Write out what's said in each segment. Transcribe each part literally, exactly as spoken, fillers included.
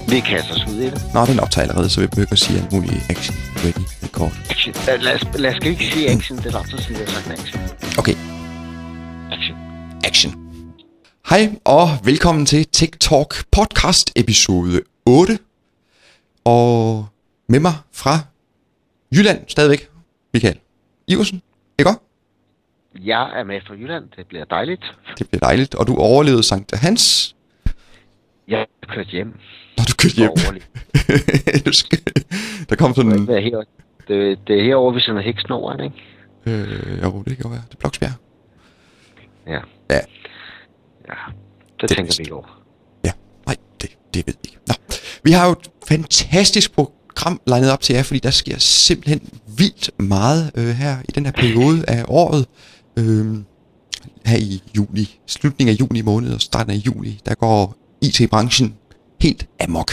Vi kaster os ud i det. Nå, den optager allerede, så vi behøver at sige alt muligt action, ready, record. Action. Uh, lad, os, lad os ikke sige action, det er ret så sige, at jeg har sagt action. Okay. Action. Action. Hej og velkommen til TikTok podcast episode otte. Og med mig fra Jylland stadigvæk, Michael Iversen, ikke også? Jeg er med fra Jylland, det bliver dejligt. Det bliver dejligt, og du overlevede Sankt Hans. Jeg har kørt hjem. Når du kørte hjem. Du skal... Der kom sådan en... Det er, her... det, det er herovre, vi sender heksen over, ikke? Øh, jo, det kan jo være. Det er Bloksbjerg. Ja. Ja. Ja, det, det tænker vi ikke over. Ja, nej, det, det ved vi ikke. Nå. Vi har jo et fantastisk program legnet op til jer, fordi der sker simpelthen vildt meget øh, her i den her periode af året. Øh, her i juli, slutningen af juni måned og starten af juli, der går I T-branchen helt amok.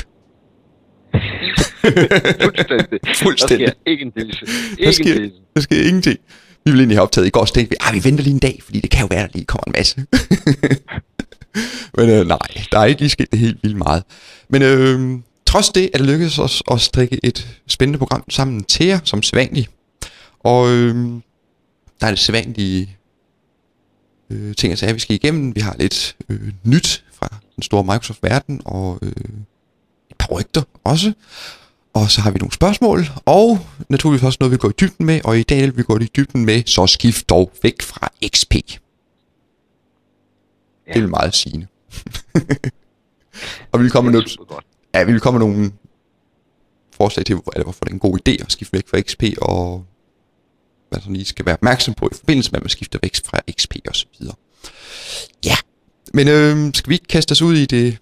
Fuldstændig. Fuldstændig. Der sker ikke en disse. Der sker, der sker ingenting. Vi ville egentlig have optaget i går, så tænkte vi, ah, vi venter lige en dag, fordi det kan jo være, der lige kommer en masse. Men øh, nej, der er ikke lige sket det helt vildt meget. Men øh, trods det er det lykkedes os at strikke et spændende program sammen til jer, som sædvanligt. Og øh, der er det sædvanlige øh, ting, altså, vi skal igennem. Vi har lidt øh, nyt fra den store Microsoft-verden, og øh, et par rygter også. Og så har vi nogle spørgsmål, og naturligvis også noget, vi går i dybden med. Og i dag vil vi gå i dybden med, så skift dog væk fra X P. Ja. Det er meget sigende. Og vi vil komme med noget, ja, vi vil komme med nogle forslag til, eller hvorfor det er en god idé at skifte væk fra X P, og hvad man lige skal være opmærksom på i forbindelse med, at man skifter væk fra X P og så videre. Ja, men øh, skal vi ikke kaste os ud i det?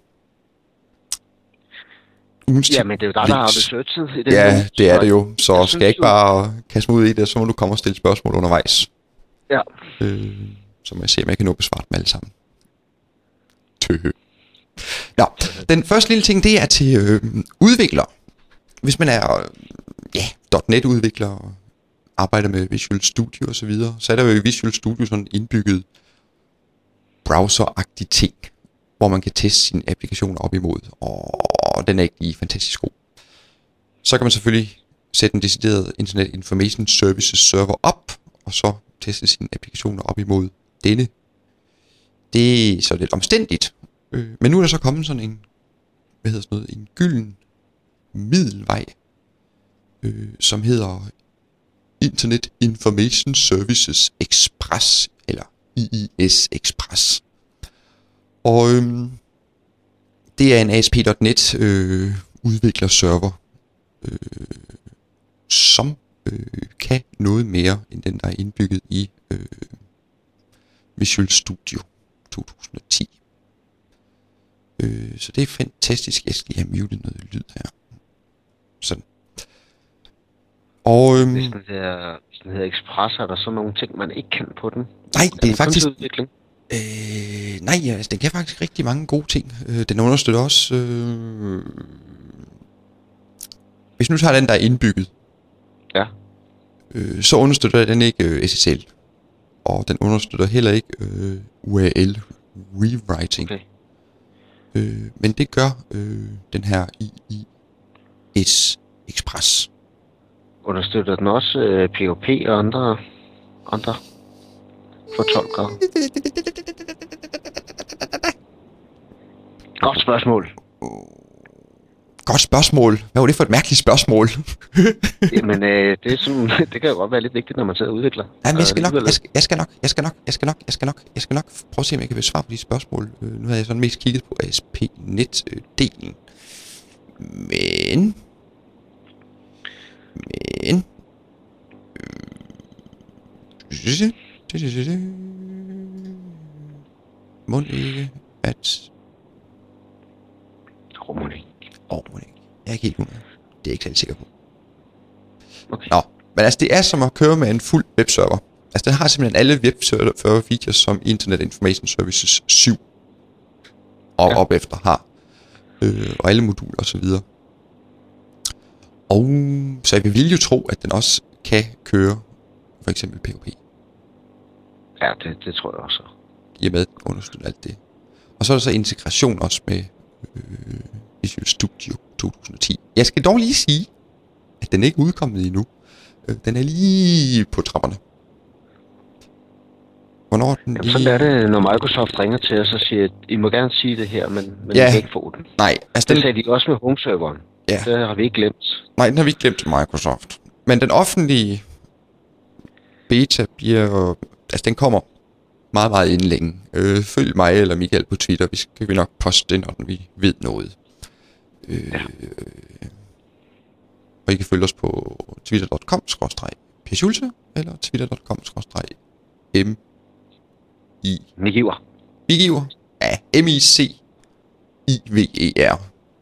Ja, men det er jo dig, der har researchet i det. Ja, det er det jo. Så jeg skal jeg ikke bare kaste mig ud i det, så må du komme og stille spørgsmål undervejs. Ja. Øh, så må jeg se, om jeg kan nå besvare dem alle sammen. Tøhø. Nå, den første lille ting, det er til øh, udviklere. Hvis man er ja, .NET-udvikler og arbejder med Visual Studio og så videre, så er der jo i Visual Studio sådan indbygget browser-agtig ting, hvor man kan teste sine applikationer op imod, og den er ikke lige fantastisk god. Så kan man selvfølgelig sætte en decideret Internet Information Services server op, og så teste sine applikationer op imod denne. Det er så lidt omstændigt, men nu er der så kommet sådan en, hvad hedder sådan noget, en gylden middelvej, øh, som hedder Internet Information Services Express, eller I I S Express. Og øhm, det er en A S P punktum net øh, udviklerserver, øh, som øh, kan noget mere end den, der er indbygget i øh, Visual Studio to tusind og ti. Øh, så det er fantastisk. Jeg skal lige have muted noget lyd her. Sådan. Og øhm, hvis den hedder, hvis den hedder Express, er der så nogle ting, man ikke kan på den? Nej, det er, er faktisk... Udvikling? Øh, nej, altså, den kan faktisk rigtig mange gode ting. Øh, den understøtter også... Øh, hvis nu tager den, der er indbygget, ja. øh, så understøtter den ikke øh, S S L. Og den understøtter heller ikke øh, U R L rewriting. Okay. Øh, men det gør øh, den her I I S Express. Understøtter den også øh, P H P og andre, andre fortolkere? Godt spørgsmål. Godt spørgsmål. Hvad var det for et mærkeligt spørgsmål? Jamen, øh, det, er sådan, det kan jo godt være lidt vigtigt, når man sidder og udvikler. Ja, men jeg skal, nok, jeg, skal, jeg skal nok, jeg skal nok, jeg skal nok, jeg skal nok, jeg skal nok prøve at se, om jeg kan besvare på de spørgsmål. Nu har jeg sådan mest kigget på A S P punktum net-delen. Men... Men... Må ikke, at... Romonik. Åh, oh, ikke. Jeg er ikke helt hundrede. Det er jeg ikke helt sikker på. Okay. Nå, men altså det er som at køre med en fuld webserver. Altså den har simpelthen alle webserver features, som Internet Information Services syv og ja. Op efter har. Øh, og alle moduler og så videre. Og så jeg vil jo tro, at den også kan køre for eksempel P H P. Ja, det, det tror jeg også. I og med at understøtte alt det. Og så er der så integration også med øh, Visual Studio. Jeg skal dog lige sige, at den ikke er udkommet endnu. Øh, den er lige på trapperne. Hvornår den Jamen, lige... sådan er det, når Microsoft ringer til os og siger, at I må gerne sige det her, men, men Ja. I kan ikke få den. Nej, altså Det den... sagde de også med home-serveren. Ja. Det har vi ikke glemt. Nej, den har vi ikke glemt til Microsoft. Men den offentlige beta bliver... Altså, den kommer meget, meget inden længe. Øh, følg mig eller Michael på Twitter. Vi skal vi nok poste det, når vi ved noget. Øh, Ja. Og I kan følge os på twitter punktum com skråstreg per schulze eller twitter punktum com skråstreg m i Migiver. Migiver. Ja, M I C I V E R.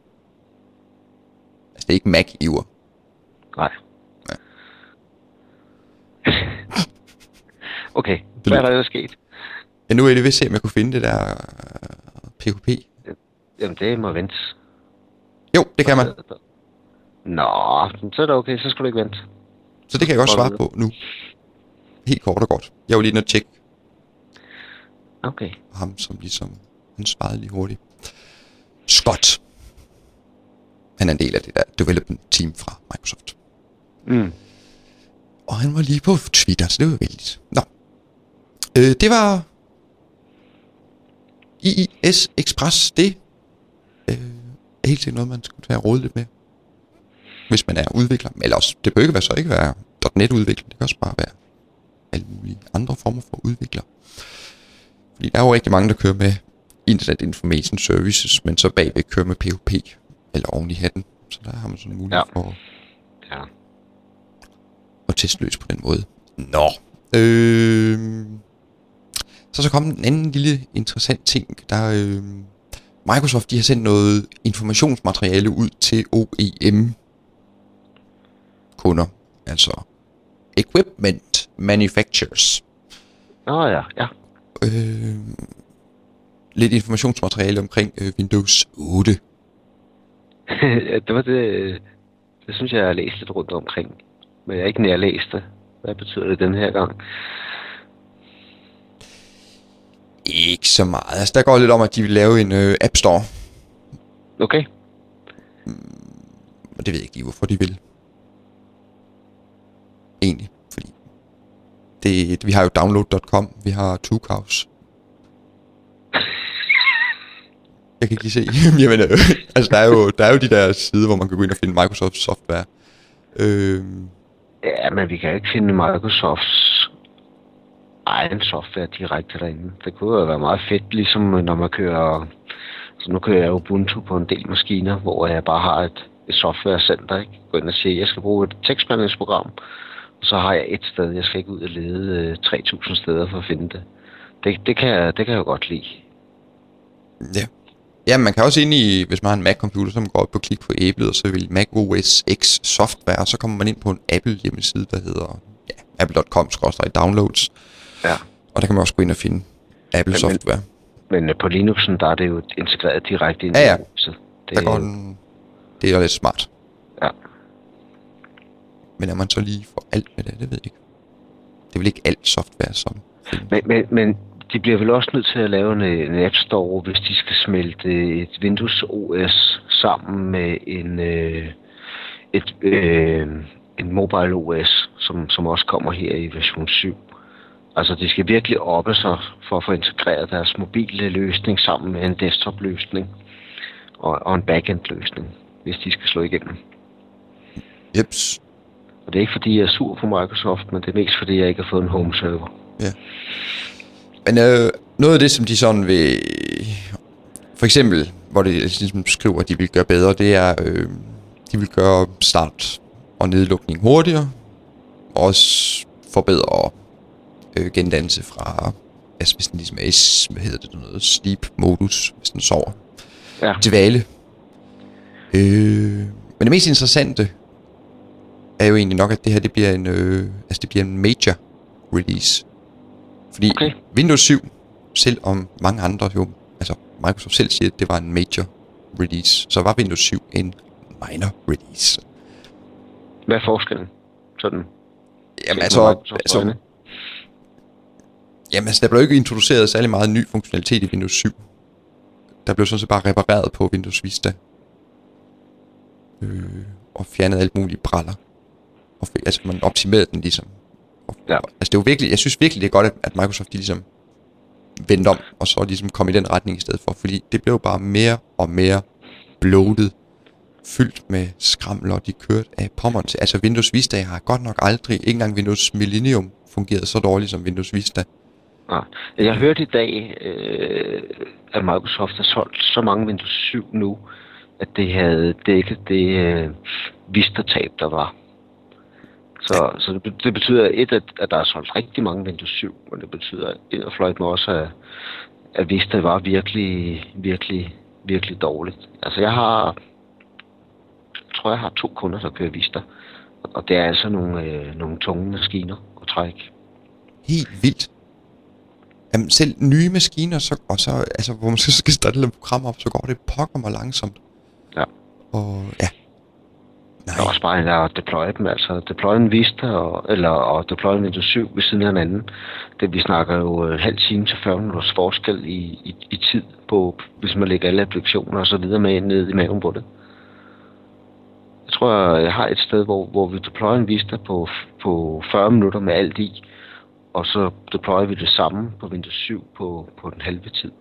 Altså, det er ikke Mac-iver. Nej. Ja. Okay, hvad er der ellers sket? Ja, nu er det ved at se, om jeg kunne finde det der P H P. Jamen, det må vente. Jo, det kan man. Nå, så er det okay, så skal du ikke vente. Så det kan jeg godt svare på nu. Helt kort og godt. Jeg var lige nødt til at tjekke Okay. ham, som ligesom... Han svarede lige hurtigt. Scott. Han er en del af det der development team fra Microsoft. Mm. Og han var lige på Twitter, så det var vældigt. Nå. Øh, det var... I I S Express, det øh, er helt sikkert noget, man skulle tage råd lidt med. Hvis man er udvikler. Eller også, det bør ikke være så ikke være .NET-udvikler. Det kan også bare være alle mulige andre former for udvikler. Fordi der er jo rigtig mange, der kører med Internet Information Services, men så bagved kører med P H P. Eller oven i hatten. Så der har man sådan en mulighed Ja. for Ja. at teste løs på den måde. Nå. Øh... Så så kom en anden lille interessant ting. Der øh... Microsoft, de har sendt noget informationsmateriale ud til O E M kunder, altså Equipment Manufacturers. Nå ja, ja. Øh, lidt informationsmateriale omkring øh, Windows otte. Det var det, det synes jeg, jeg har læst lidt rundt omkring. Men jeg har ikke nærlæst det. Hvad betyder det den her gang? Ikke så meget. Altså, der går lidt om, at de vil lave en øh, App Store. Okay. Og det ved jeg ikke lige, hvorfor de vil. Egentlig, fordi det, vi har jo download punktum com, vi har Tucows. Jeg kan ikke lige se. Jamen, øh, altså, der er, jo, der er jo de der sider, hvor man kan gå ind og finde Microsoft software. Øh, Ja, men vi kan ikke finde Microsofts egen software direkte derinde. Det kunne jo være meget fedt, ligesom når man kører... Så nu kører jeg Ubuntu på en del maskiner, hvor jeg bare har et, et softwarecenter, ikke? Gå ind og sige, at jeg skal bruge et tekstbehandlingsprogram, og så har jeg et sted. Jeg skal ikke ud og lede øh, tre tusind steder for at finde det. Det, det, kan, jeg, det kan jeg jo godt lide. Ja. Ja, man kan også ind i, hvis man har en Mac-computer, så man går op og klikker på æblet, og så vil Mac O S X software, og så kommer man ind på en Apple hjemmeside, der hedder ja, apple punktum com skråstreg downloads. Ja. Og der kan man også gå ind og finde Apple Men- software. Men øh, på Linuxen, der er det jo integreret direkte ind. Ja, ja. Så det, Der går den, det er lidt smart. Ja. Men er man så lige for alt med det, det ved jeg ikke. Det er vel ikke alt software, som findes. Men, men, men de bliver vel også nødt til at lave en, en App Store, hvis de skal smelte et Windows O S sammen med en, øh, et, øh, en Mobile O S, som, som også kommer her i version syv. Altså, de skal virkelig oppe sig for at få integreret deres mobile løsning sammen med en desktop-løsning og, og en backend-løsning, hvis de skal slå igennem. Jeps. Og det er ikke fordi, jeg er sur på Microsoft, men det er mest fordi, jeg ikke har fået en home-server. Ja. Men øh, noget af det, som de sådan vil... For eksempel, hvor de ligesom skriver, at de vil gøre bedre, det er, øh, de vil gøre start og nedlukning hurtigere. Og også forbedre øh, gendannelse fra, altså hvis den ligesom er i, hvad hedder det, noget sleep-modus, hvis den sover, Ja. til dvale. Øh, men det mest interessante er jo egentlig nok, at det her, det bliver en, øh, altså det bliver en major release. Fordi Okay. Windows syv, selvom mange andre jo, altså Microsoft selv siger, at det var en major release, så var Windows syv en minor release. Hvad er forskellen? Sådan. Jamen set altså, med Microsofts altså, øjne. jamen altså, der blev ikke introduceret særlig meget ny funktionalitet i Windows syv. Der blev sådan set bare repareret på Windows Vista. øh, og fjernede alt muligt braller. Og, altså man optimerede den ligesom. Og, ja. Altså det er jo virkelig, jeg synes virkelig det er godt, at Microsoft de ligesom vendte om, og så ligesom kom i den retning i stedet for, fordi det blev bare mere og mere bloated, fyldt med skramler, og de kørte af pommeren til. Altså Windows Vista har godt nok aldrig, ikke engang Windows Millennium fungerede så dårligt som Windows Vista. Ja. Jeg hørte i dag, øh, at Microsoft har solgt så mange Windows syv nu, at det havde dækket det øh, Vista-tab, der var. Så, ja. så det, det betyder et, at, at der er solgt rigtig mange Windows syv, og det betyder et fløjt med også, at, at Vista var virkelig, virkelig, virkelig dårligt. Altså jeg har, jeg tror jeg har to kunder, der kører Vista, og det er altså nogle, øh, nogle tunge maskiner at trække. Helt vildt. Jamen selv nye maskiner, så, og så, altså, hvor man så skal starte et program op, så går det pokker mig langsomt. Ja. Og ja. Nej. Der er også bare at deploye dem, altså deploye en Vista, og, eller og deploye en Windows syv ved siden af hinanden. Det, vi snakker jo en halv time til fyrre minutters forskel i, i, i tid, på, hvis man lægger alle applikationer og så videre med ned i maven på det. Jeg tror, jeg har et sted, hvor, hvor vi deployer en Vista på, på fyrre minutter med alt i, og så deployer vi det samme på Windows syv på, på den halve tid.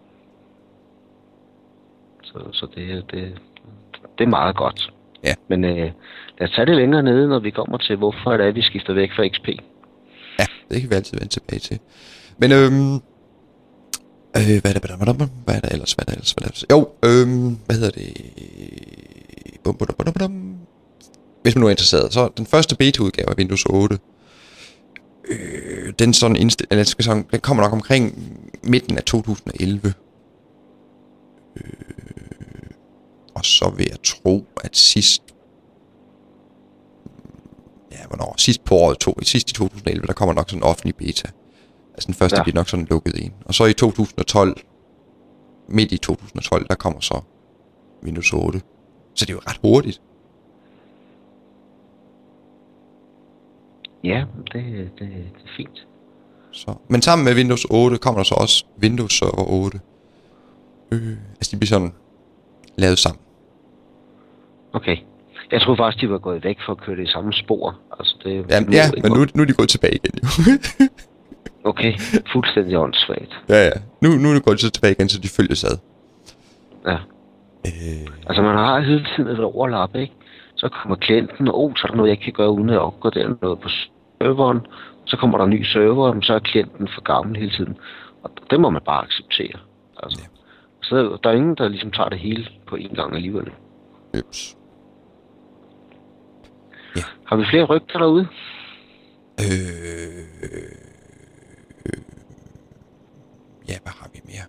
Så, så det, det, det er meget godt. Ja. Men øh, lad os tage det længere nede, når vi kommer til, hvorfor er det, at vi skifter væk fra X P. Ja, det kan vi altid vende tilbage til. Men øhm, øh, hvad er det, hvad er det, hvad er det ellers, hvad er det ellers, hvad er det ellers? Jo, øhm, hvad hedder det? Bum, bum, bum, bum. Hvis man nu er interesseret, så den første beta-udgave af Windows otte, øh, den, sådan indstil- eller skal sådan, den kommer nok omkring midten af to tusind og elleve. Øh, og så vil jeg tro, at sidst, ja, hvornår, sidst på året, to, sidst i to tusind og elleve, der kommer nok sådan en offentlig beta. Altså den første, ja. bliver nok sådan lukket ind. Og så i to tusind og tolv, midt i to tusind og tolv, der kommer så Windows otte. Så det er jo ret hurtigt. Ja, det, det, det er fint. Så. Men sammen med Windows otte kommer der så også Windows Server otte. Øh, altså de bliver sådan lavet sammen. Okay. Jeg troede faktisk, de var gået væk for at køre det i samme spor. Altså, det, Jamen, det ja, men nu, nu er de gået tilbage igen jo. Okay, fuldstændig åndssvagt. Ja, ja. Nu, nu er de gået tilbage igen, så de følges ad. Ja. Øh... Altså man har hele tiden et overlap, ikke? Så kommer klienten, og oh, så er der noget, jeg kan gøre uden at opgradere noget på serveren. Så kommer der en ny server, og så er klienten for gammel hele tiden. Og det må man bare acceptere. Altså. Ja. Så der er ingen, der ligesom tager det hele på en gang alligevel. Yps. Ja. Har vi flere rygter derude? Øh... øh... Ja, hvad har vi mere?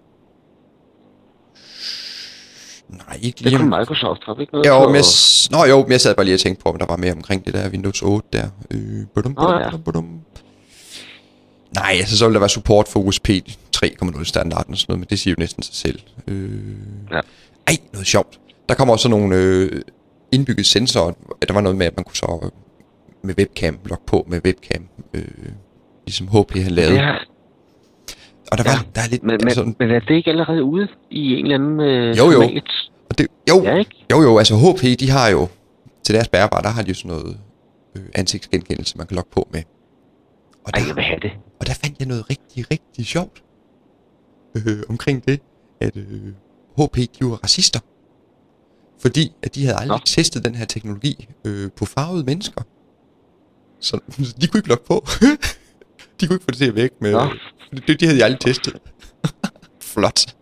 Nej, ikke lige... Det kom Microsoft, har vi ikke noget? Jo, men jeg... Nå jo, men jeg sad bare lige og tænkte på, om der var mere omkring det der Windows otte der. Øh... Badum, badum, oh, ja. badum. Nej, altså så vil der være support for U S B tre punkt nul standarden og sådan noget, men det siger jo næsten sig selv. Øh... Ja. Ej, noget sjovt. Der kommer også nogle øh, indbygget sensorer. Der var noget med, at man kunne så med webcam logge på med webcam, øh, ligesom H P har lavet. Ja. Og der var ja. der er lidt men, men, sådan... men er det ikke allerede ude i en eller anden øh, jo, jo. format? Og det, jo, ja, ikke? jo, jo, altså H P, de har jo til deres bærbare, der har de jo sådan noget øh, ansigtsgenkendelse, man kan logge på med. Og Ej, der, jeg vil have det. Og der fandt jeg noget rigtig, rigtig sjovt øh, omkring det, at øh, H P, de var racister. Fordi at de havde aldrig Nå. testet den her teknologi øh, på farvede mennesker. Så de kunne ikke logge på. De kunne ikke få det til at væk med... Det, de havde de aldrig testet. Flot.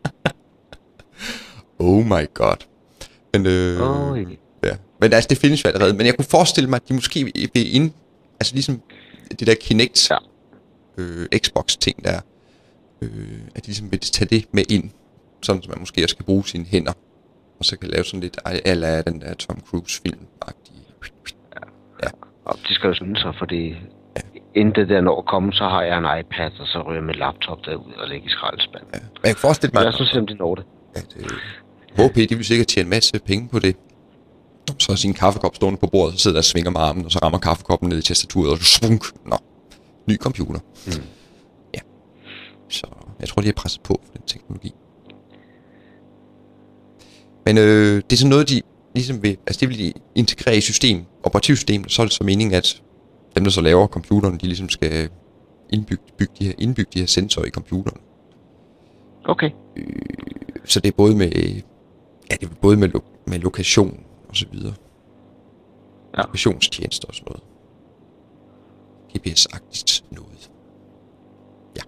Oh my god. Men, øh, oh, yeah. ja. Men altså, det findes jo allerede. Men jeg kunne forestille mig, at de måske vil ind... Altså ligesom det der Kinect ja. øh, Xbox-ting der. Øh, at de ligesom vil tage det med ind. Sådan, så man måske også skal bruge sine hænder. Og så kan lave sådan lidt ala den der Tom Cruise-film-agtige. Ja. Ja. Og de skal jo skynde sig, fordi ja. inden det der når at komme, så har jeg en iPad, og så ryger min laptop derud og lægger i skraldespanden. Ja. Men jeg kan forestille mig... Lad os se, om de når det. Ja, det... H P, de vil sikkert tjene en masse penge på det. Så er sin kaffekop stående på bordet, så sidder der og svinger med armen, og så rammer kaffekoppen ned i tastaturet, og så svunk. Nå, ny computer. Mm. Ja. Så jeg tror, de har presset på for den teknologi. Men øh, det er sådan noget, de ligesom vil, altså det vil de integrere i system, operativsystem, så er det så meningen, at dem, der så laver computeren, de ligesom skal indbygge, bygge de her, indbygge de her sensorer i computeren. Okay. Øh, så det er både med, ja, det er både med, lo- med lokation og så videre. Ja. Lokationstjenester og sådan noget. G P S-agtigt noget. Ja.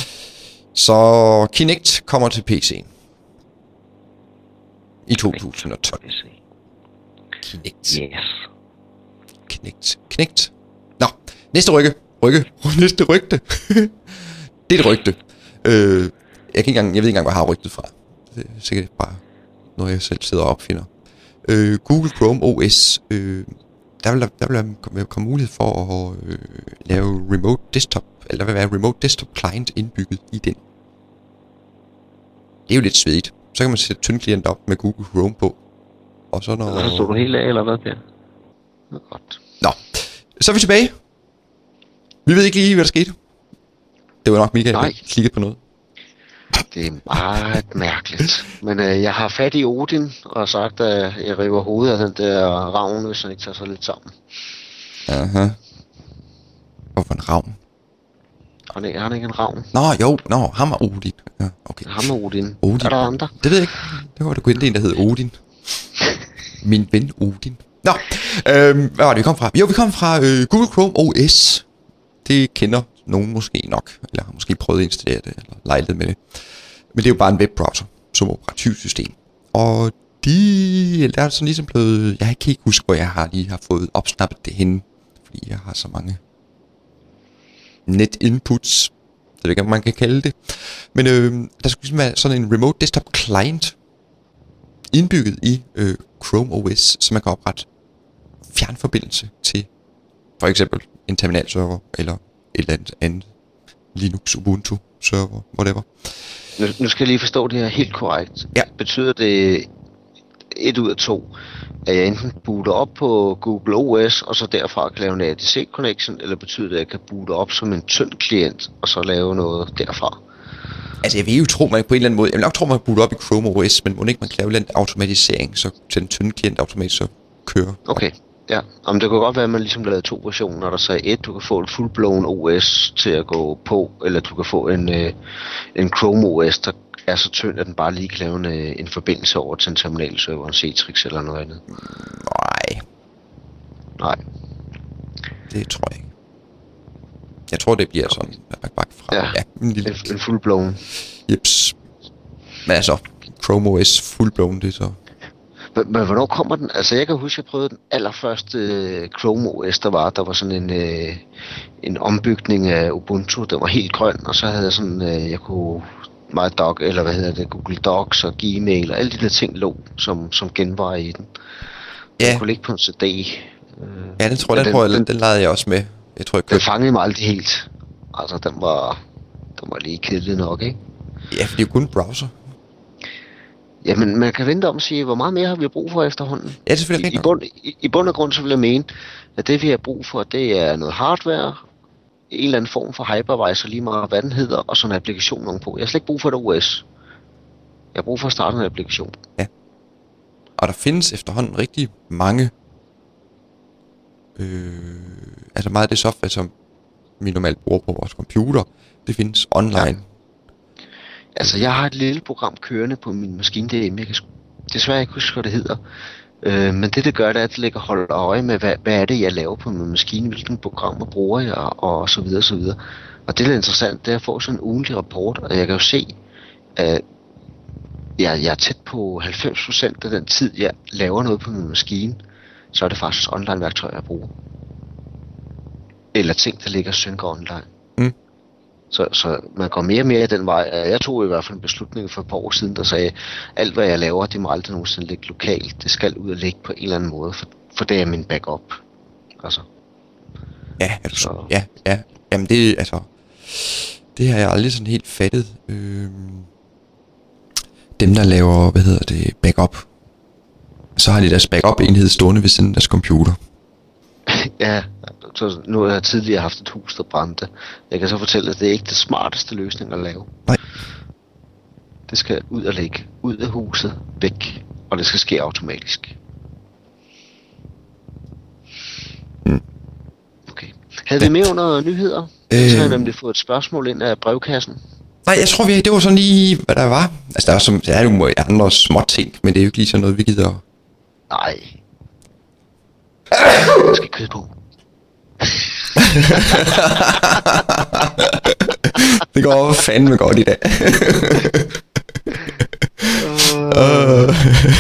Så Kinect kommer til P C'en. I to tusind og tolv. Kinect. Yes. Kinect. Kinect. Nå, næste rykke. Rykke. Næste rygte. Det er et rygte. Øh, jeg, kan ikke engang, jeg ved ikke engang, hvor jeg har rygtet fra. Det er sikkert bare noget, jeg selv sidder og opfinder. Øh, Google Chrome O S. Øh, der vil der, der vil der komme mulighed for at øh, lave remote desktop, eller der vil være remote desktop client indbygget i den. Det er jo lidt svedigt. Så kan man sætte tyndklient op med Google Chrome på. Og så når... Så stod du helt af, eller hvad, Per? Godt. Nå, så er vi tilbage. Vi ved ikke lige, hvad der skete. Det var nok Michael, der klikkede på noget. Det er meget mærkeligt. Men øh, jeg har fat i Odin og sagt, at jeg river hovedet af den der ravn, hvis han ikke tager sig lidt sammen. Aha. Hvorfor en ravn? Han er, han er ikke en ravn. Nå, jo, nå, ham er Odin. Ja, okay. Ham er Odin. Odin. Er der andre? Det ved jeg ikke. Det var der kun en, der hed Odin. Min ven Odin. Nå, øhm, hvad var det, vi kom fra? Jo, vi kom fra øh, Google Chrome O S. Det kender nogen måske nok, eller har måske prøvet at installere det, eller leget med det. Men det er jo bare en webbrowser som operativsystem. Og de, der er sådan ligesom blevet, jeg kan ikke huske, hvor jeg har lige har fået opsnappet det henne, fordi jeg har så mange net inputs, det ved ikke, om man kan kalde det. Men øh, der skulle ligesom være sådan en remote desktop client indbygget i øh, Chrome O S, så man kan oprette fjernforbindelse til for eksempel en terminalserver eller et eller andet andet Linux, Ubuntu server, whatever. Nu, nu skal jeg lige forstå det her helt korrekt. Ja. Betyder det et ud af to, at jeg enten booter op på Google O S, og så derfra kan lave en A D C connection, eller betyder det, at jeg kan boote op som en tynd klient, og så lave noget derfra? Altså jeg vil jo tro, man på en eller anden måde, jeg vil nok tro, man kan boote op i Chrome O S, men må ikke man kan lave en eller anden automatisering, så til den tynde klient automatisk så kører. Okay. Ja, om det kunne godt være, at man ligesom lavede to versioner, der sagde et, du kan få et full-blown O S til at gå på, eller du kan få en, øh, en Chrome O S, der er så tynd, at den bare lige kan lave en, øh, en forbindelse over til en terminalserver, en Citrix eller noget andet. Nej. Nej. Det tror jeg ikke. Jeg tror, det bliver sådan, at man bare fra. Ja, ja en, lille... en, en full-blown. Jeps. Men altså, Chrome O S full-blown, det er så... Men, men hvornår kommer den? Altså jeg kan huske, jeg prøvede den allerførste øh, Chrome O S, der var. Der var sådan en, øh, en ombygning af Ubuntu, der var helt grøn, og så havde jeg sådan, øh, jeg kunne meget doc, eller hvad hedder det, Google Docs og Gmail, og alle de der ting lå, som, som genvar i den. Ja. Jeg kunne ligge på en C D. Øh, ja, det tror jeg, den, den, den, den lavede jeg også med. Jeg tror, jeg købte. Den fangede mig aldrig helt. Altså, den var, den var lige kedelig nok, ikke? Ja, for det er jo kun en browser. Jamen, man kan vente om at sige, hvor meget mere har vi brug for efterhånden? Ja, det er selvfølgelig I, i, bund, i, I bund og grund, så vil jeg mene, at det vi har brug for, det er noget hardware, en eller anden form for hypervisor, lige meget hvad den hedder, og sådan en applikation nogen på. Jeg har slet ikke brug for et O S. Jeg har brug for at starte en applikation. Ja. Og der findes efterhånden rigtig mange, øh, altså meget af det software, som vi normalt bruger på vores computer, det findes online. Ja. Altså, jeg har et lille program kørende på min maskine derhjemme. Jeg kan desværre ikke huske, hvad det hedder. Øh, men det, det gør, det er, at det lægger holde øje med, hvad, hvad er det, jeg laver på min maskine, hvilken programmer bruger jeg, og så videre, så videre. Og det, der er interessant, det er at få sådan en ugentlig rapport, og jeg kan jo se, at jeg, jeg er tæt på halvfems procent af den tid, jeg laver noget på min maskine, så er det faktisk online-værktøjer, jeg bruger. Eller ting, der ligger og synker online. Mm. Så, så man går mere og mere i den vej. Jeg tog i hvert fald en beslutning for et par år siden, der sagde, alt hvad jeg laver, det må aldrig nogensinde ligge lokalt. Det skal ud og ligge på en eller anden måde, for, for det er min backup. Altså. Ja, altså, ja, ja. Jamen det, altså, det har jeg aldrig sådan helt fattet. Øhm, dem, der laver, hvad hedder det, backup, så har de deres backup-enhed stående ved siden af deres computer. Ja, så nu har jeg tidligere haft et hus, der brændte. Jeg kan så fortælle, at det er ikke det smarteste løsning at lave. Nej. Det skal ud og ligge ud af huset, væk, og det skal ske automatisk. Havde vi med under nyheder? Øh... Så har jeg nemlig fået et spørgsmål ind af brevkassen. Nej, jeg tror, vi, det var sådan lige, hvad der var. Altså, der er, som, der er jo andre små ting, men det er jo ikke lige sådan noget, vi gider. Nej. Jeg skal køde på. Det går fandme godt i dag. uh.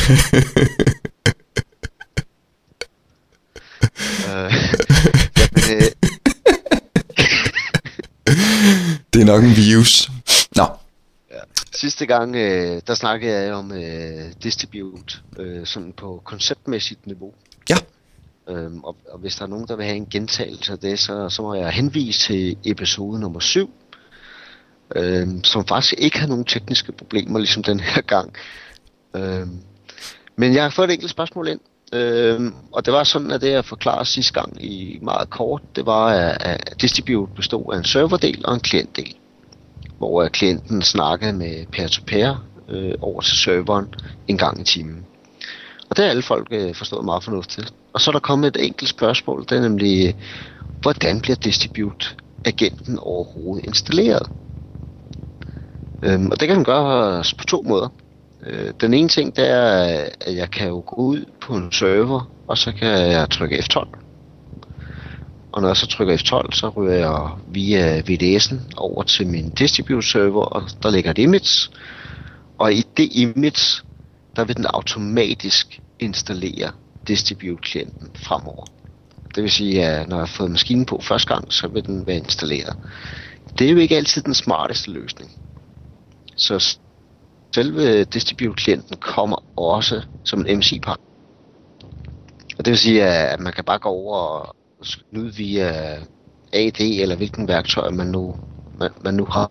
Det er nok en virus. Nå. Ja. Sidste gang, øh, der snakkede jeg om øh, distribute, øh, sådan på konceptmæssigt niveau. Ja. Øhm, og, og hvis der er nogen, der vil have en gentagelse af det, så, så må jeg henvise til episode nummer syv, øh, som faktisk ikke har nogen tekniske problemer, ligesom den her gang. Øh, men jeg har fået et enkelt spørgsmål ind, øh, og det var sådan, at det jeg forklarede sidste gang i meget kort, det var, at, at distribute bestod af en serverdel og en klientdel, hvor klienten snakkede med peer-to-peer øh, over til serveren en gang i timen. Og det har alle folk øh, forstået meget fornuftigt. Og så er der kommet et enkelt spørgsmål, det er nemlig, hvordan bliver distribute-agenten overhovedet installeret? Øhm, og det kan man gøre på to måder. Øh, den ene ting, det er, at jeg kan jo gå ud på en server, og så kan jeg trykke F tolv. Og når jeg så trykker F tolv, så ryger jeg via V D S'en over til min distribute-server, og der ligger et image. Og i det image, der vil den automatisk installere distribute-klienten fremover. Det vil sige, at når jeg har fået maskinen på første gang, så vil den være installeret. Det er jo ikke altid den smarteste løsning. Så selve distribute-klienten kommer også som en M C pakke. Og det vil sige, at man kan bare gå over og skyde via A D eller hvilken værktøj man nu, man, man nu har.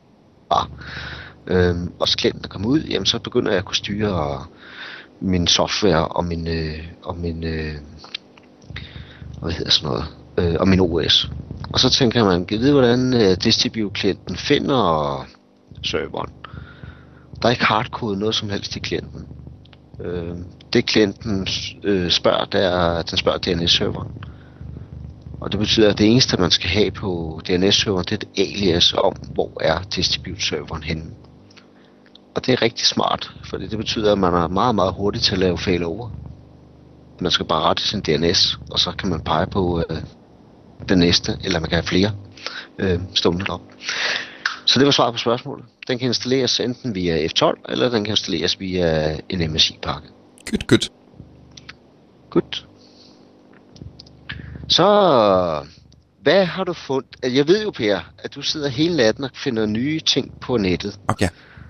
Øhm, og så klienten der kommer ud, jamen så begynder jeg at kunne styre min software og min øh, og min øh, hvad hedder sådan noget øh, og min O S. Og så tænker man, kan vide hvordan øh, distribute-klienten finder serveren. Der er ikke hardcode noget som helst i klienten. Øh, det klienten øh, spørger, det er, den spørger D N S-serveren. Og det betyder, at det eneste man skal have på D N S-serveren, det er et alias om, hvor er distribute-serveren henne. Og det er rigtig smart, for det betyder, at man er meget, meget hurtig til at lave failover. Man skal bare rette sin D N S, og så kan man pege på øh, den næste, eller man kan have flere øh, stående op. Så det var svaret på spørgsmålet. Den kan installeres enten via F tolv, eller den kan installeres via en M S I-pakke. Godt, godt. Godt. Så, hvad har du fundet? Jeg ved jo, Per, at du sidder hele natten og finder nye ting på nettet. Okay.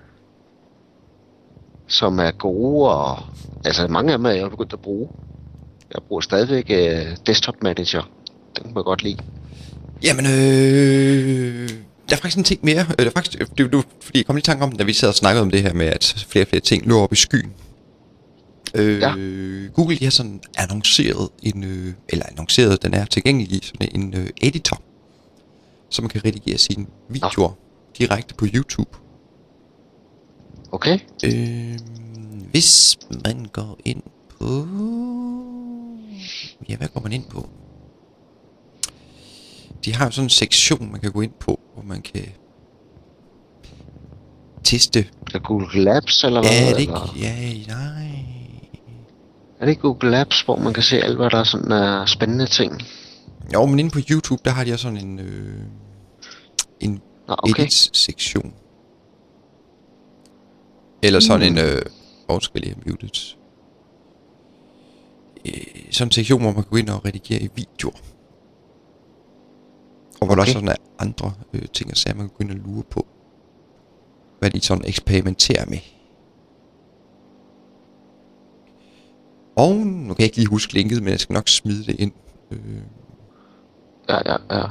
Som er gode, og altså mange af dem er jeg begyndt at bruge. Jeg bruger stadigvæk uh, Desktop Manager. Den kan man godt lide. Jamen, øh... der er faktisk en ting mere. Det er faktisk, det var fordi jeg kom lige i tanke om, da vi sad og snakkede om det her med, at flere og flere ting lå op i skyen. Øh, ja. Google, de har sådan annonceret en, øh, eller annonceret, den er tilgængelig i sådan en øh, editor, så man kan redigere sine videoer ja. direkte på YouTube. Okay. Øh, hvis man går ind på... Ja, hvad går man ind på? De har jo sådan en sektion, man kan gå ind på, hvor man kan teste. Er Google Labs eller hvad? Ja, det ikke, eller? ja, nej. Er det ikke Google Labs, hvor man kan se alt, hvad der er sådan uh, spændende ting? Jo, men inde på YouTube, der har de også sådan en, øh, en ah, okay. edit-sektion. Eller sådan mm. en, øh, hvor skal jeg lige muted? Øh, sådan en sektion, hvor man kan gå ind og redigere i videoer. Og hvor okay. der også sådan er andre øh, ting og sager, man kan gå ind og lure på. Hvad de sådan eksperimenterer med. Og nu kan jeg ikke lige huske linket, men jeg skal nok smide det ind. Øh. Ja, ja, ja.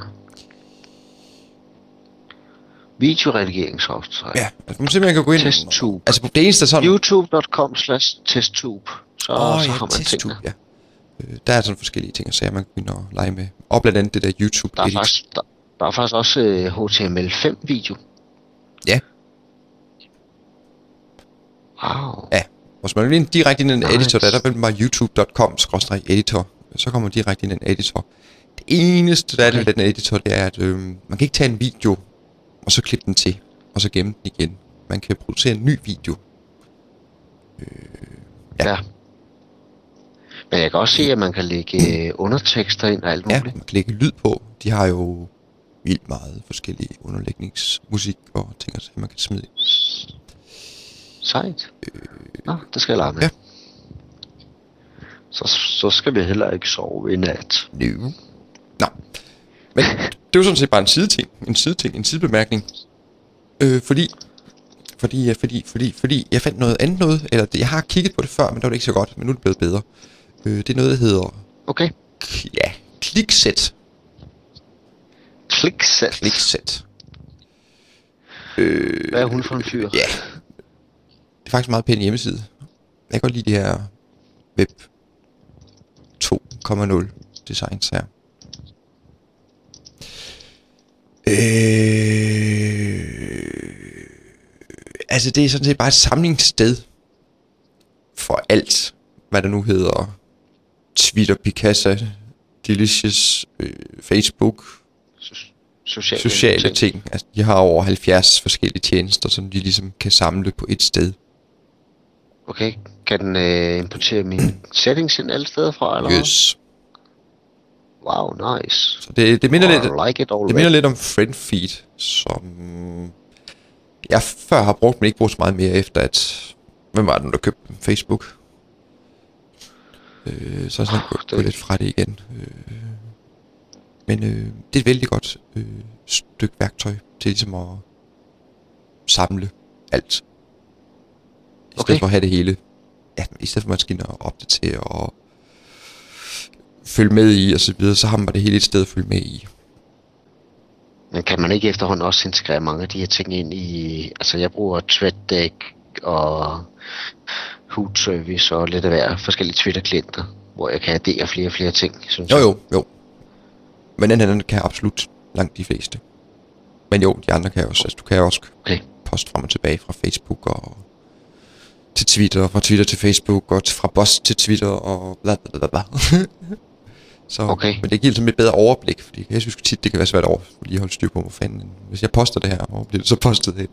Videoredigeringssoftware. Ja, altså man simpelthen kan gå ind. Testtube. Altså det eneste er sådan... youtube punktum com slash testtube. Så, oh, så ja, har man testtube, ja. Øh, der er sådan forskellige ting, så man kan begynde at lege med. Og blandt andet det der YouTube. Der er, faktisk, der, der er faktisk også uh, H T M L fem video. Ja. Wow. Ja. Hvis man vil ind direkte ind i en nice. editor, der er der bare youtube punktum com skråstreg editor. Så kommer man direkte ind i en editor. Det eneste, der er det med den editor, det er, at øh, man kan ikke tage en video, og så klippe den til, og så gemme den igen. Man kan producere en ny video. Øh, ja. ja. Men jeg kan også se, at man kan lægge undertekster ind og alt muligt. Ja, man kan lægge lyd på. De har jo vildt meget forskellige underlægningsmusik og ting, og så man kan smide ind. Sejt. Øh, Nå, det skal jeg lade med. Ja. Så, så skal vi heller ikke sove i nat. No. Nå. Men det er jo sådan set bare en sideting. En sideting, en sidebemærkning. Øh, fordi... Fordi, fordi, fordi, fordi jeg fandt noget andet noget, eller jeg har kigget på det før, men det var det ikke så godt, men nu er det blevet bedre. Øh, det er noget, der hedder... Okay. Ja, Clickset. Clickset? Clickset. Øh, Hvad er hun for en fyr? Ja. Det er faktisk en meget pæn hjemmeside. Jeg kan godt lide de her web to punkt nul designs her. Øh... Altså det er sådan set bare et samlingssted for alt, hvad der nu hedder Twitter, Picasa, Delicious, øh, Facebook, sociale, sociale ting. ting. Altså de har over halvfjerds forskellige tjenester, som de ligesom kan samle på et sted. Okay, kan den øh, importere mine settings ind alle steder fra, eller Yes. Wow, nice. Så det, det minder, oh, lidt, like it det minder lidt om Friendfeed, som jeg før har brugt, men ikke brugt så meget mere efter, at... Hvem var det, der købte Facebook? Øh, så er sådan oh, gået lidt fra det igen. Øh, men øh, det er et vældig godt øh, stykke værktøj til ligesom at samle alt. I stedet okay. for at have det hele. Ja, i stedet for at man skal ind og opdatere og følge med i og så videre, så har man bare det hele et sted at følge med i. Men kan man ikke efterhånden også integrere mange af de her ting ind i... Altså jeg bruger ThreadDeck og Hoot Service og lidt af hver forskellige Twitter-klienter, hvor jeg kan addere flere og flere ting, synes jo, jeg. Jo, jo. Men den anden kan absolut langt de fleste. Men jo, de andre kan også. Altså du kan også okay. poste frem og tilbage fra Facebook og til Twitter, fra Twitter til Facebook og fra Boss til Twitter og bla bla bla bla. Så, okay. Men det giver ligesom et bedre overblik, fordi jeg synes tit, det kan være svært over at lige holde styr på, hvor fanden. Hvis jeg poster det her, hvor bliver det så postet ind?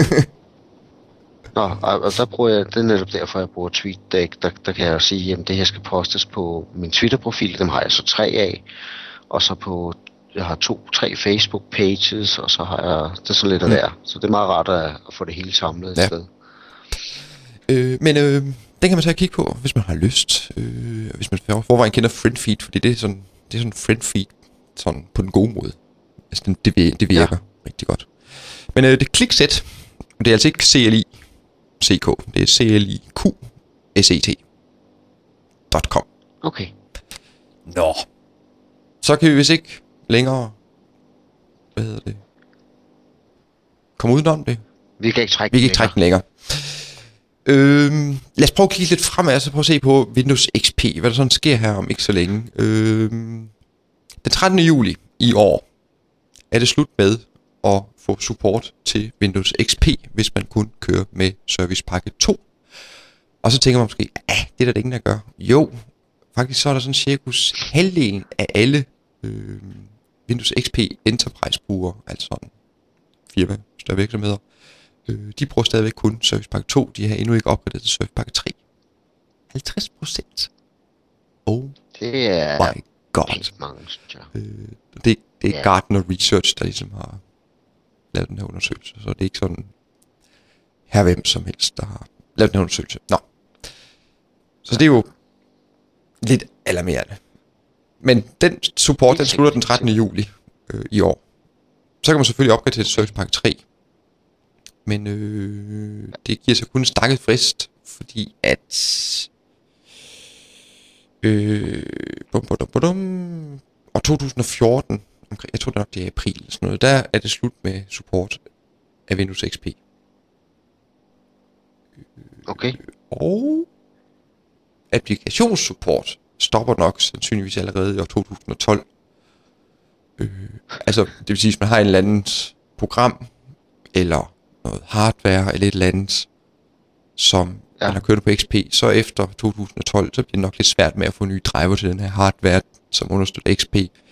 Nå, og der bruger jeg, det er netop derfor, jeg bruger TweetDeck. Der, der kan jeg jo sige, at det her skal postes på min Twitter-profil, dem har jeg så tre af. Og så på, jeg har to, tre Facebook-pages, og så har jeg, det er så lidt af der. Så det er meget rart at, at få det hele samlet ja. et sted. Øh, men øh, den kan man så kigge på, hvis man har lyst. Øh, hvis man forvejen kender Friendfeed, fordi det er sådan, det er sådan Friendfeed sådan på den gode måde. Altså den, det, det virker ja. rigtig godt. Men øh, det er Clickset, og det er altså ikke C L I C K, det er C L I Q S E T punktum com. Okay. Nå. Så kan vi vist ikke længere, hvad hedder det, komme udenom det. Vi kan ikke trække vi kan ikke trække den længere. Øhm, lad os prøve at kigge lidt fremad, og så prøve at se på Windows X P, hvad der sådan sker her om ikke så længe. Øhm, den trettende juli i år er det slut med at få support til Windows X P, hvis man kun kører med Service Pakke to. Og så tænker man måske, ah, det er der ingen, der gør. Jo, faktisk så er der sådan cirkus halvdelen af alle øh, Windows X P Enterprise-brugere, altså sådan firma, større virksomheder, øh, de bruger stadigvæk kun Service Pakke to. De har endnu ikke opgraderet til Service Pakke tre. halvtreds procent. Oh det er my god. Mange, synes jeg. Øh, det, det er yeah. Gartner Research, der ligesom har lavet den her undersøgelse, så det er ikke sådan her hvem som helst, der har lavet den her undersøgelse. Nå. Så det er jo lidt alarmerende. Men den support, den slutter den trettende juli øh, i år. Så kan man selvfølgelig opgradere til Service Pakke tre. Men øh, det giver sig kun en stakket frist, fordi at øh, bum, bum, bum, bum, og to tusind og fjorten, jeg tror det nok det er april, sådan noget, der er det slut med support af Windows X P. Okay. Og applikationssupport stopper nok sandsynligvis allerede i år to tusind og tolv. Øh, altså, det vil sige, hvis man har en eller anden program, eller noget hardware, eller et eller andet, som ja. man har kørt på X P, så efter to tusind og tolv, så bliver det nok lidt svært med at få nye driver til den her hardware, som understøtter X P.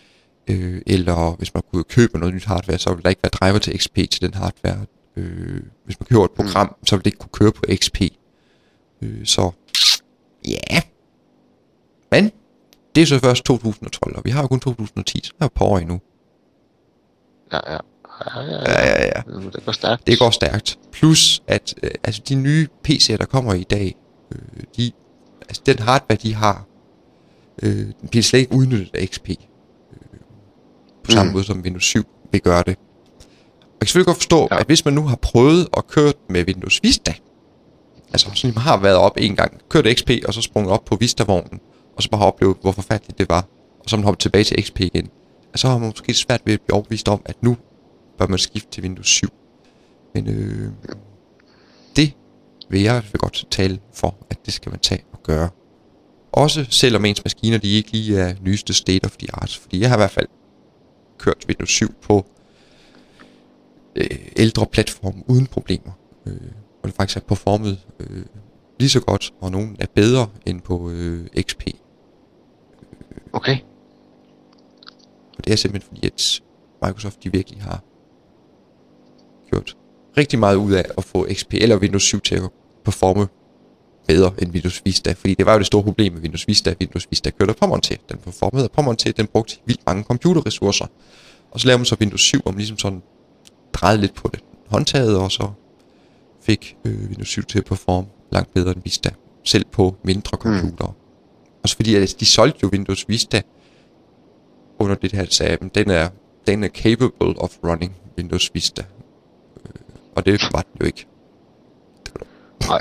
øh, eller hvis man kunne købe noget nyt hardware, så ville der ikke være driver til X P til den hardware. Øh, hvis man køber et program, mm. så ville det ikke kunne køre på X P. Øh, så ja. Yeah. Men det er så først to tusind og tolv, og vi har jo kun to tusind og ti, så er jo et par år endnu. Ja, ja. Ja, ja, ja. ja, ja, ja. Det går stærkt. Det går stærkt. Plus, at øh, altså de nye P C'er, der kommer i dag, øh, de, altså den hardware, de har, øh, bliver slet ikke udnyttet af X P. Øh, på samme mm. måde som Windows syv vil gøre det. Jeg kan selvfølgelig godt forstå, ja. at hvis man nu har prøvet at køre med Windows Vista, altså sådan man har været op en gang, kørt X P, og så sprunget op på Vista-vognen, og så bare har oplevet, hvor forfærdeligt det var, og så har man hoppet tilbage til X P igen, og så har man måske svært ved at blive overbevist om, at nu bør man skifte til Windows syv. Men øh, det vil jeg vil godt tale for, at det skal man tage og gøre. Også selvom ens maskiner, de ikke lige er nyeste state of the art, fordi jeg har i hvert fald kørt Windows syv på øh, ældre platform uden problemer. Øh, og det faktisk er performet øh, lige så godt, og nogen er bedre end på øh, X P. Okay. Og det er simpelthen fordi, at Microsoft de virkelig har gjort rigtig meget ud af at få X P eller Windows syv til at performe bedre end Windows Vista. Fordi det var jo det store problem med Windows Vista. Windows Vista kørte på til. Den performede på til. Den brugte vildt mange computerressourcer. Og så lavede man så Windows syv, hvor man ligesom sådan drejede lidt på det håndtaget, og så fik øh, Windows syv til at performe langt bedre end Vista. Selv på mindre computere. Mm. Også fordi at de solgte jo Windows Vista under det her, sagde, at den er, den er capable of running Windows Vista. Øh, og det var den jo ikke. Nej.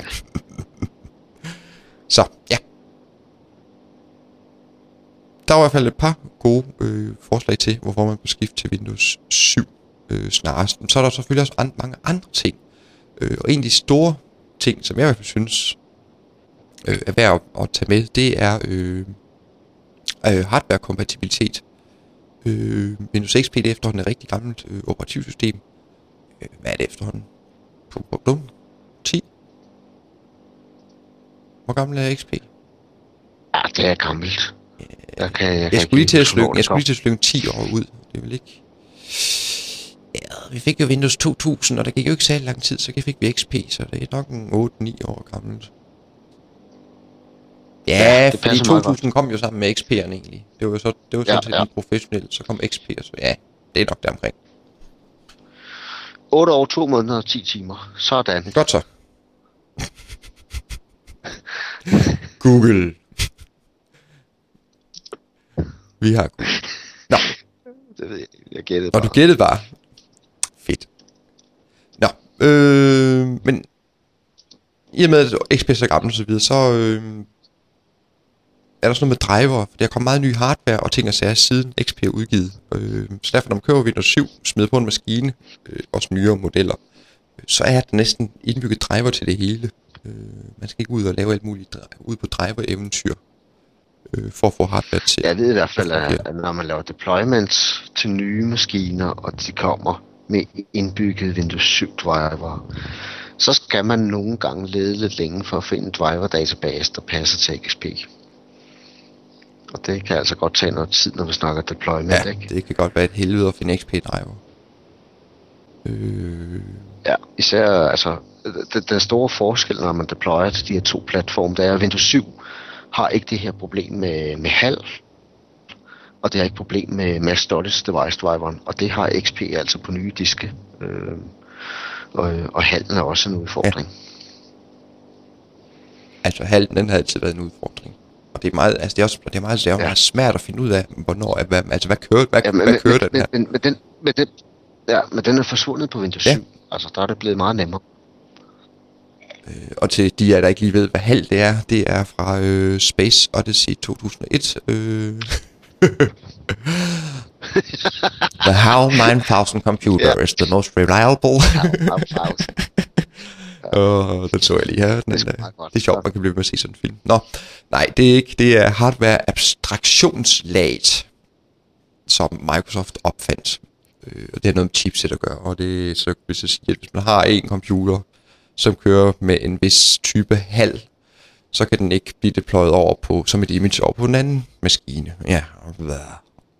Så, ja. Der var i hvert fald et par gode øh, forslag til, hvorfor man kan skifte til Windows syv øh, snarest. Så er der selvfølgelig også an- mange andre ting. Øh, og en af de store ting, som jeg i hvert fald synes øh, er værd at, at tage med, det er øh, øh, hardware-kompatibilitet. Øh, Windows X P det er efterhånden et rigtig gammelt øh, operativsystem. Øh, hvad er det efterhånden? ti? Hvor gammel er X P? Ja, det er gammelt. Jeg, kan, jeg, jeg, kan skulle lige til at slynge, jeg skulle lige til at slynge ti år ud. Det vil ikke. Ja, vi fik jo Windows to tusind, og der gik jo ikke særlig lang tid, så fik vi X P, så det er nok en otte ni år gammelt. Ja, ja fordi to tusind kom jo sammen med X P'erne egentlig. Det var jo så, det var sådan set ja, ja. lige professionelt, så kom X P, og så ja, det er nok der omkring. otte år, to måneder og ti timer. Sådan. Godt så. Google. Vi har Google. Nå. Det ved jeg, jeg gættede bare. Og du gættede bare. Fedt. Nå, øh, men i og med at X P er så gammel og så videre, så øh, er der sådan noget med driver, for der er kommet meget ny hardware og ting og sager siden X P er udgivet. Øh, så derfor når man køber Windows syv, smider på en maskine, øh, også nyere modeller, øh, så er der næsten indbygget driver til det hele. Øh, man skal ikke ud og lave alt muligt ud på driver-eventyr øh, for at få hardware til. Jeg ved i hvert fald, at når man laver deployments til nye maskiner, og de kommer med indbygget Windows syv driver, så skal man nogle gange lede lidt længe for at finde en driver-database, der passer til X P. Og det kan altså godt tage noget tid, når vi snakker deployment, ja, ikke? Det kan godt være et helvede at finde X P-driver. Øh... Ja, især altså, den store forskel, når man deployer til de her to platforme, det er, at Windows syv har ikke det her problem med, med H A L, og det har ikke problem med Mass Storage Device driveren, og det har X P altså på nye diske. Øh, og, og H A L'en er også en udfordring. Ja. Altså H A L'en, den har altid været en udfordring. Og det er meget, altså det er også, det er meget, det er ja. meget svært at finde ud af, hvornår, hvad, altså hvad kører, hvad, ja, men, hvad kører men, den her? Men, men, den, men, den, ja, men den er forsvundet på Windows ja. syv, altså der er det blevet meget nemmere. Øh, og til de af der ikke lige ved, hvad H A L det er, det er fra øh, Space Odyssey to tusind og et. Øh. The H A L nine thousand computer yeah. is the most reliable. Åh, oh, den så jeg lige her. Den, det, er det er sjovt, man kan blive med at se sådan en film. Nå, nej, det er ikke. Det er hardware abstraktionslaget, som Microsoft opfandt. Øh, og det har noget med chipset at gøre. Og det så hvis jeg siger, at hvis man har en computer, som kører med en vis type H A L, så kan den ikke blive deployet over på som et image over på en anden maskine. Ja,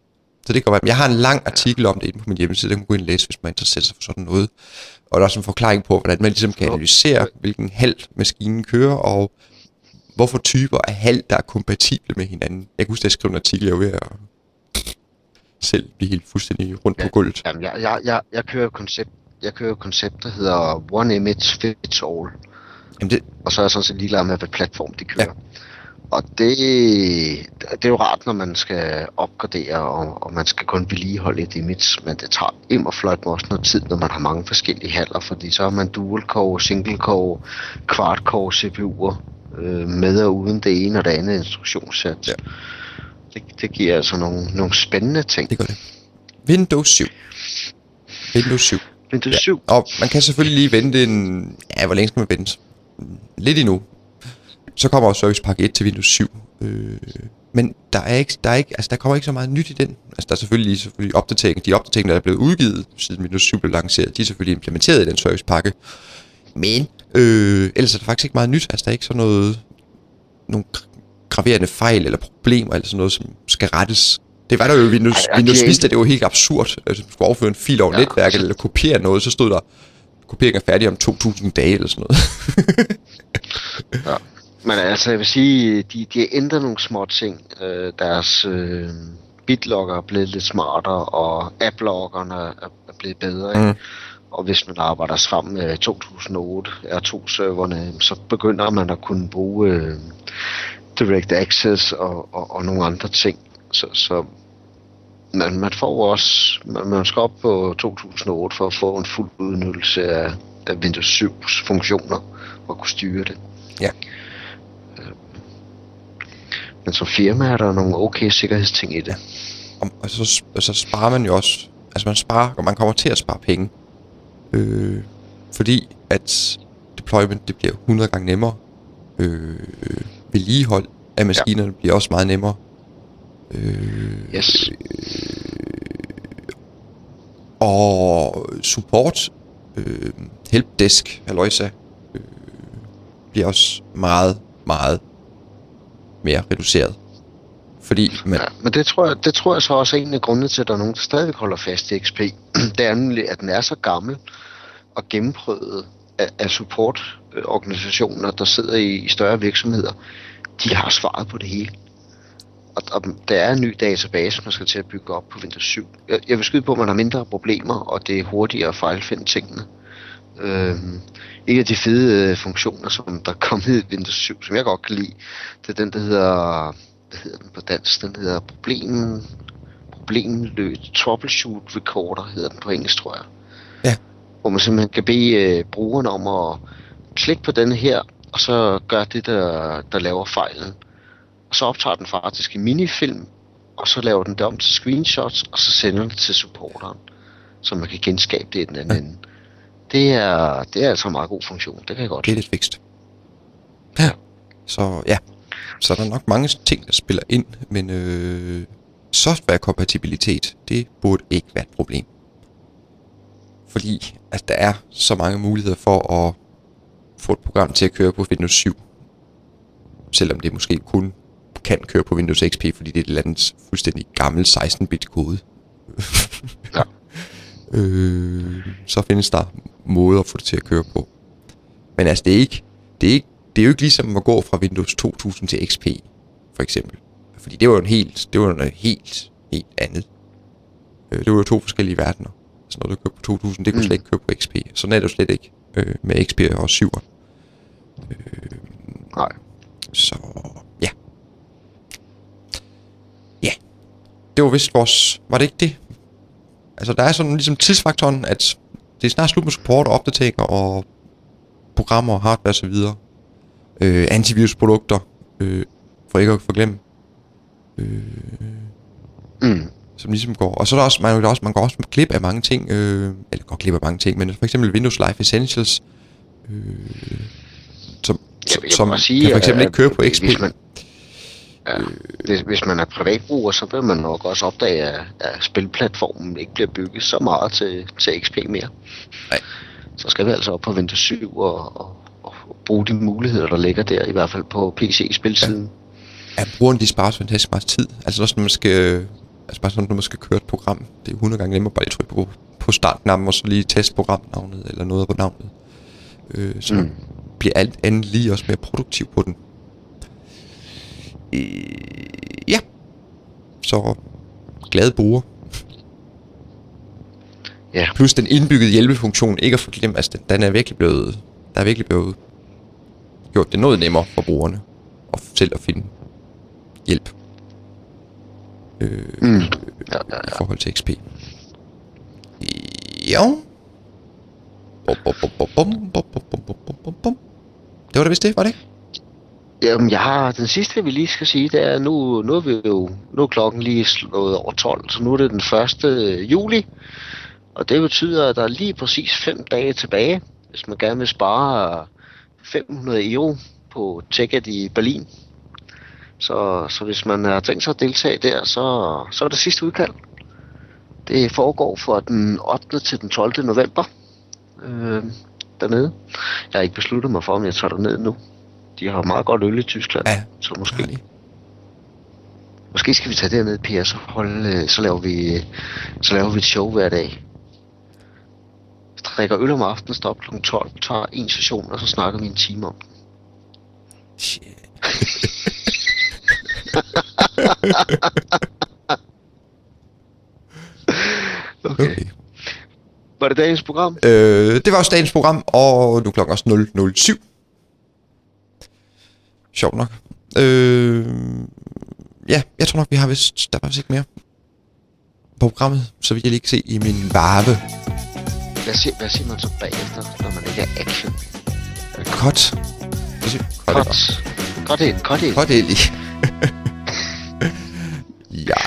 Så det kan være. Jeg har en lang artikel om det inde på min hjemmeside, der kan man gå ind og læse, hvis man interesserer sig for sådan noget. Og der er også en forklaring på, hvordan man ligesom kan analysere, hvilken hal maskinen kører, og hvorfor typer af hal, der er kompatible med hinanden. Jeg kan huske, at jeg skrev en artikel, jeg var ved at selv blive helt fuldstændig rundt på gulvet. Jamen, jeg, jeg, jeg, jeg kører jo koncept, jeg kører et koncept, der hedder One Image Fits All. Jamen det... Og så er jeg sådan set ligeglad med, hvad platform de kører. Ja. Og det, det er jo rart, når man skal opgradere, og, og man skal kun vedligeholde et image, men det tager im og fløjt med også noget tid, når man har mange forskellige haller, fordi så har man dual-core, single-core, quad-core C P U'er, øh, med og uden det ene og det andet instruktionssæt. Ja. Det, det giver altså nogle, nogle spændende ting. Det gør det. Windows syv. Windows syv. Windows syv. Ja. Og man kan selvfølgelig lige vente en... Ja, hvor længe skal man vente? Lidt endnu. Så kommer også Service Pack et til Windows syv. Øh, men der er ikke, der er ikke, altså der kommer ikke så meget nyt i den. Altså der er selvfølgelig, selvfølgelig opdateringer. De opdateringer, der er blevet udgivet, siden Windows syv blev lanceret, de er selvfølgelig implementeret i den Service Pakke. Men øh, ellers er der faktisk ikke meget nyt. Altså der er ikke sådan noget, nogle graverende fejl eller problemer eller sådan noget, som skal rettes. Det var der jo i Windows, Ej, Windows Vista, det var helt absurd. Altså du skulle overføre en fil over ja, netværket altså, eller kopiere noget, så stod der, kopieringen er færdig om to tusind dage eller sådan noget. Ja. Men altså, jeg vil sige, de, de har ændret nogle små ting. Øh, deres øh, bitlogger er blevet lidt smartere, og apploggerne er, er blevet bedre. Mm. Og hvis man arbejder sammen med to tusind og otte R to-serverne, så begynder man at kunne bruge øh, Direct Access og, og, og nogle andre ting. Så, så man, man får også, man, man skal op på to tusind og otte for at få en fuld udnyttelse af, af Windows syvs funktioner og kunne styre det. Ja. Men som firma er der nogle okay sikkerhedsting i det. Og, og så, så sparer man jo også, altså man sparer, og man kommer til at spare penge. Øh, fordi at deployment, det bliver hundrede gange nemmere. Øh, vedligehold af maskinerne ja. bliver også meget nemmere. Øh, yes. Øh, og support, øh, helpdesk, halløjsa, øh, bliver også meget, meget mere reduceret. Fordi man... Ja, men det tror, jeg, det tror jeg så også er en af grundene til, at der er nogen, der stadig holder fast i X P. Det er nemlig, at den er så gammel og gennemprøvet af, af supportorganisationer, der sidder i, i større virksomheder. De har svaret på det hele. Og, og der er en ny database, man skal til at bygge op på Windows syv. Jeg, jeg vil skyde på, at man har mindre problemer, og det er hurtigere at fejlfinde tingene. Øhm, en af de fede øh, funktioner, som der er kommet i Windows syv, som jeg godt kan lide, det er den, der hedder, hvad hedder den på dansk, den hedder problem, problemløs, troubleshoot recorder, hedder den på engelsk, tror jeg. Ja. Hvor man simpelthen kan bede øh, brugeren om at klikke på denne her, og så gør det, der, der laver fejlen. Og så optager den faktisk en minifilm, og så laver den det om til screenshots, og så sender den til supporteren, så man kan genskabe det i den anden ja. ende. Det er, det er altså en meget god funktion, det kan jeg godt. Det er lidt fikst. Ja. Så ja, så er der nok mange ting, der spiller ind, men øh, softwarekompatibilitet, det burde ikke være et problem. Fordi at der er så mange muligheder for at få et program til at køre på Windows syv. Selvom det måske kun kan køre på Windows X P, fordi det er et eller andet fuldstændig gammel seksten-bit kode. Ja. øh, så findes der måder at få det til at køre på. Men altså, det er ikke, det er ikke, det er jo ikke ligesom at gå fra Windows to tusind til X P, for eksempel. Fordi det var jo en helt, det var noget helt, helt andet. Øh, det var jo to forskellige verdener. Så når du kører på to tusind, det kunne mm. slet ikke køre på X P. Sådan er det jo slet ikke øh, med X P og syv'eren. Øh, Nej. Så ja. Ja. Det var vist vores... Var det ikke det? Altså der er sådan ligesom tidsfaktoren, at det er snart slut med support og opdateringer og programmer og hardware og så videre. Øh, antivirusprodukter. Øh, for ikke at forglemme. Øh, mm. Som ligesom går. Og så er der også, man, også, man går også glip af mange ting. Øh, eller går glip af mange ting, men for eksempel Windows Live Essentials. Øh, som Jeg, jeg som sige, kan for eksempel ikke køre på X P. Hvis man, ja, hvis, hvis man er privatbruger, så vil man nok også opdage, at, at spilplatformen ikke bliver bygget så meget til, til X P mere. Nej. Så skal vi altså op på Windows syv og, og, og bruge de muligheder, der ligger der, i hvert fald på P C-spilsiden. Ja, ja brugeren de sparer så fantastisk meget tid. Altså også når man skal Altså bare sådan, når man skal køre et program. Det er hundrede gange nemmere bare lige trykke på, på startknappen, og så lige teste programnavnet, eller noget på navnet. Øh, så mm. bliver alt andet lige også mere produktiv på den. Øh, ja. Så glade bruger. Ja. Plus den indbyggede hjælpefunktion, ikke at forglemme, altså den, den er virkelig blevet, der er virkelig blevet gjort det noget nemmere for brugerne, og selv at finde hjælp. Øh, mm. ja, ja, ja. I forhold til X P. Ja. Det var da vist det, var det ikke? Jamen, jeg har den sidste, vi lige skal sige, det er, nu, nu er vi jo, nu er klokken lige slået over tolv, så nu er det den første juli, og det betyder, at der er lige præcis fem dage tilbage, hvis man gerne vil spare fem hundrede euro på ticket i Berlin. Så, så hvis man har tænkt sig at deltage der, så, så er det sidste udkald. Det foregår fra den ottende til den tolvte november øh, dernede. Jeg har ikke besluttet mig for, om jeg tager derned nu. De har meget godt øl i Tyskland, ja, så måske, måske skal vi tage derned, Pia, så, holde, så, laver vi, så laver vi et show hver dag. Vi drikker øl om aftenen, stopper klokken tolv, tager en session, og så snakker vi en time om den. Shit. okay. okay. Var det dagens program? Øh, det var også dagens program, og nu er klokken også nul nul syv. Sjovt nok. Øh, ja, jeg tror nok, vi har vist... Der var vist ikke mere på programmet, så vil jeg lige se i min varve. Hvad siger, hvad siger man så bagefter, når man ikke er action? Cut. Cut. Cut. Cut it. Cut it. Cut it. Ja.